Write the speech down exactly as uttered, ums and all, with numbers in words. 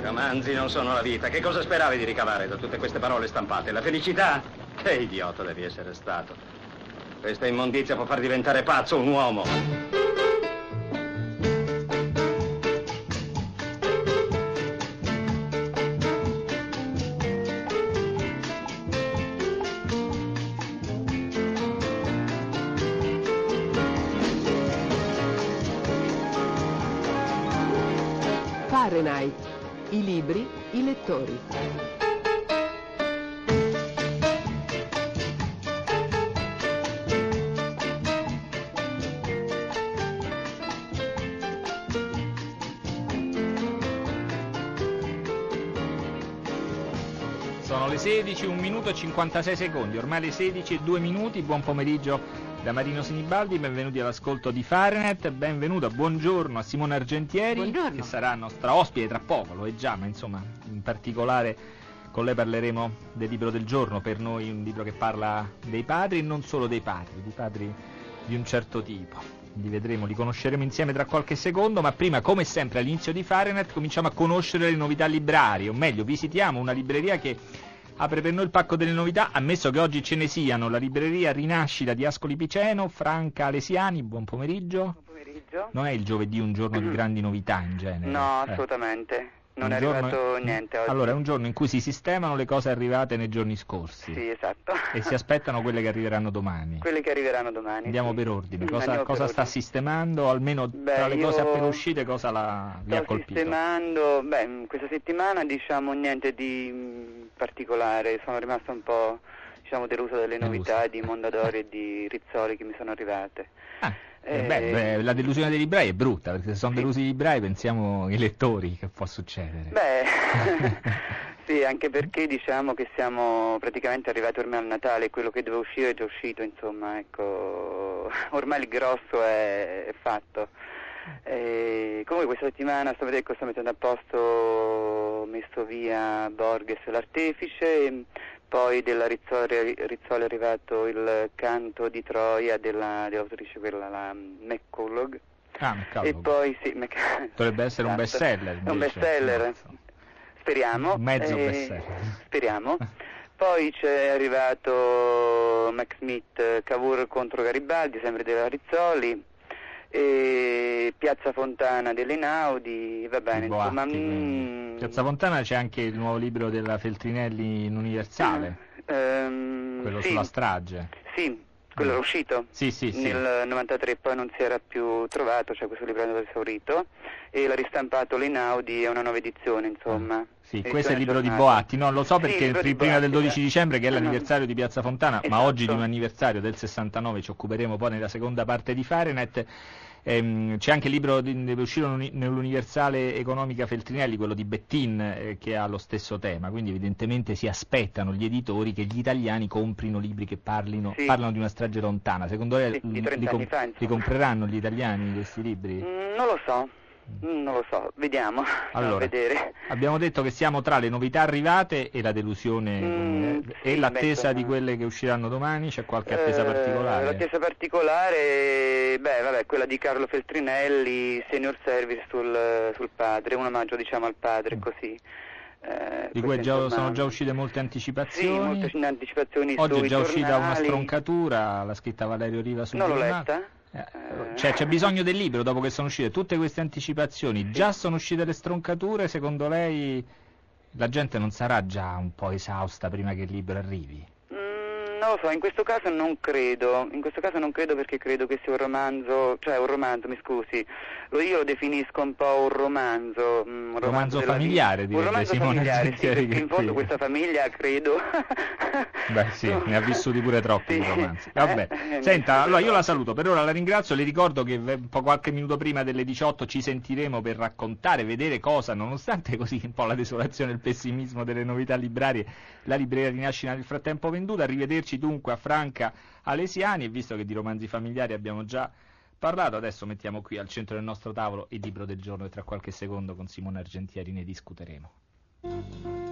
romanzi non sono la vita. Che cosa speravi di ricavare da tutte queste parole stampate? La felicità? Che idiota devi essere stato. Questa immondizia può far diventare pazzo un uomo. Fahrenheit. I libri, i lettori. Sono le sedici, un minuto e cinquantasei secondi, ormai le sedici e due minuti. Buon pomeriggio da Marino Sinibaldi, benvenuti all'ascolto di Fahrenheit, benvenuto, buongiorno a Simona Argentieri. Buongiorno. Che sarà nostra ospite tra poco, lo è già, ma insomma in particolare con lei parleremo del libro del giorno, per noi un libro che parla dei padri e non solo dei padri, di padri di un certo tipo. Li vedremo, li conosceremo insieme tra qualche secondo, ma prima, come sempre all'inizio di Fahrenheit, cominciamo a conoscere le novità librarie, o meglio visitiamo una libreria che apre per noi il pacco delle novità, ammesso che oggi ce ne siano. La libreria Rinascita di Ascoli Piceno. Franca Alesiani, buon pomeriggio. Buon pomeriggio. Non è il giovedì un giorno di grandi novità in genere? No, Eh. assolutamente. Non Un è giorno- arrivato niente oggi. Allora, è un giorno in cui si sistemano le cose arrivate nei giorni scorsi Sì, esatto. e si aspettano quelle che arriveranno domani. Quelle che arriveranno domani. Andiamo sì. per ordine. Mm, Cosa, andiamo cosa per sta ordine. sistemando? Almeno Beh, tra le cose io appena uscite, cosa la, vi ha Sto colpito? sistemando, beh, questa settimana diciamo niente di mh, particolare, sono rimasto un po' diciamo deluso dalle Deluso. novità di Mondadori e di Rizzoli che mi sono arrivate. Ah, eh, Eh, beh, beh, la delusione dei librai è brutta, perché se sono Sì. delusi i librai pensiamo ai lettori che può succedere. Beh, sì, anche perché diciamo che siamo praticamente arrivati ormai al Natale, quello che doveva uscire è già uscito, insomma, ecco, ormai il grosso è, è fatto. E comunque questa settimana sto, ecco, sto mettendo a posto, ho messo via Borges e l'Artefice, poi della Rizzoli, Rizzoli è arrivato il Canto di Troia della, dell'autrice quella, la McCullough. Ah, cavolo. E poi sì, Mc... Dovrebbe essere un esatto. bestseller, È un invece. bestseller, No, speriamo. Mezzo eh, bestseller. Speriamo. Poi c'è arrivato Max Smith, Cavour contro Garibaldi, sempre della Rizzoli, e Piazza Fontana dell'Einaudi, va bene, Boatti, insomma. quindi. mm, Piazza Fontana c'è anche il nuovo libro della Feltrinelli in Universale, ehm, quello sì, sulla strage. Sì, quello era uscito. Sì, sì, sì. Nel novantatré, poi non si era più trovato, cioè questo libro è andato esaurito e l'ha ristampato l'Einaudi, è una nuova edizione, insomma. Sì, Edizione questo è il libro di aggiornata. Boatti, no, lo so Sì, perché il libro pri- di prima del Boatti, dodici beh. dicembre, che è Ah. l'anniversario di Piazza Fontana, ma Esatto. oggi di un anniversario del sessantanove, ci occuperemo poi nella seconda parte di Fahrenheit. Ehm, c'è anche il libro di, deve uscire uni- nell'Universale Economica Feltrinelli, quello di Bettin, eh, che ha lo stesso tema, quindi evidentemente si aspettano gli editori che gli italiani comprino libri che parlino, Sì. parlano di una strage lontana. Secondo lei Sì, di li, trenta li anni fa, insomma. li compreranno gli italiani questi libri? Mm, non lo so, mm, non lo so, vediamo, andiamo Allora, a vedere. abbiamo detto che siamo tra le novità arrivate e la delusione Mm, eh, sì, e l'attesa beh, insomma. di quelle che usciranno domani. C'è qualche attesa Eh, particolare? L'attesa particolare, beh, vabbè, quella di Carlo Feltrinelli, Senior Service sul, sul padre, un omaggio diciamo al padre, Mm. così. Eh, Di cui questo, già, insomma, sono già uscite molte Sì, anticipazioni. molte anticipazioni Oggi è sui già uscita una giornali. stroncatura, l'ha scritta Valerio Riva sul Non l'ho giornale. letta? Eh, Eh. cioè, c'è bisogno del libro dopo che sono uscite tutte queste anticipazioni. Già sono uscite le stroncature, secondo lei la gente non sarà già un po' esausta prima che il libro arrivi? Mm, non lo so, in questo caso non credo, in questo caso non credo perché credo che sia un romanzo, cioè un romanzo, mi scusi, lo io lo definisco un po' un romanzo, mm, un Romanzo della familiare, vita. direbbe Un romanzo Simone familiare, sì, Argentieri, perché in che fondo qui- questa famiglia credo... Beh sì, ne ha vissuti pure troppi Sì. di romanzi. Vabbè, Eh, eh, senta, ne- allora io la saluto, per ora la ringrazio, le ricordo che un po' qualche minuto prima delle diciotto ci sentiremo per raccontare, vedere cosa, nonostante così un po' la desolazione e il pessimismo delle novità librarie, la libreria Rinascita nel frattempo venduta. Arrivederci dunque a Franca Alesiani, e visto che di romanzi familiari abbiamo già parlato, adesso mettiamo qui al centro del nostro tavolo il libro del giorno e tra qualche secondo con Simone Argentieri ne discuteremo.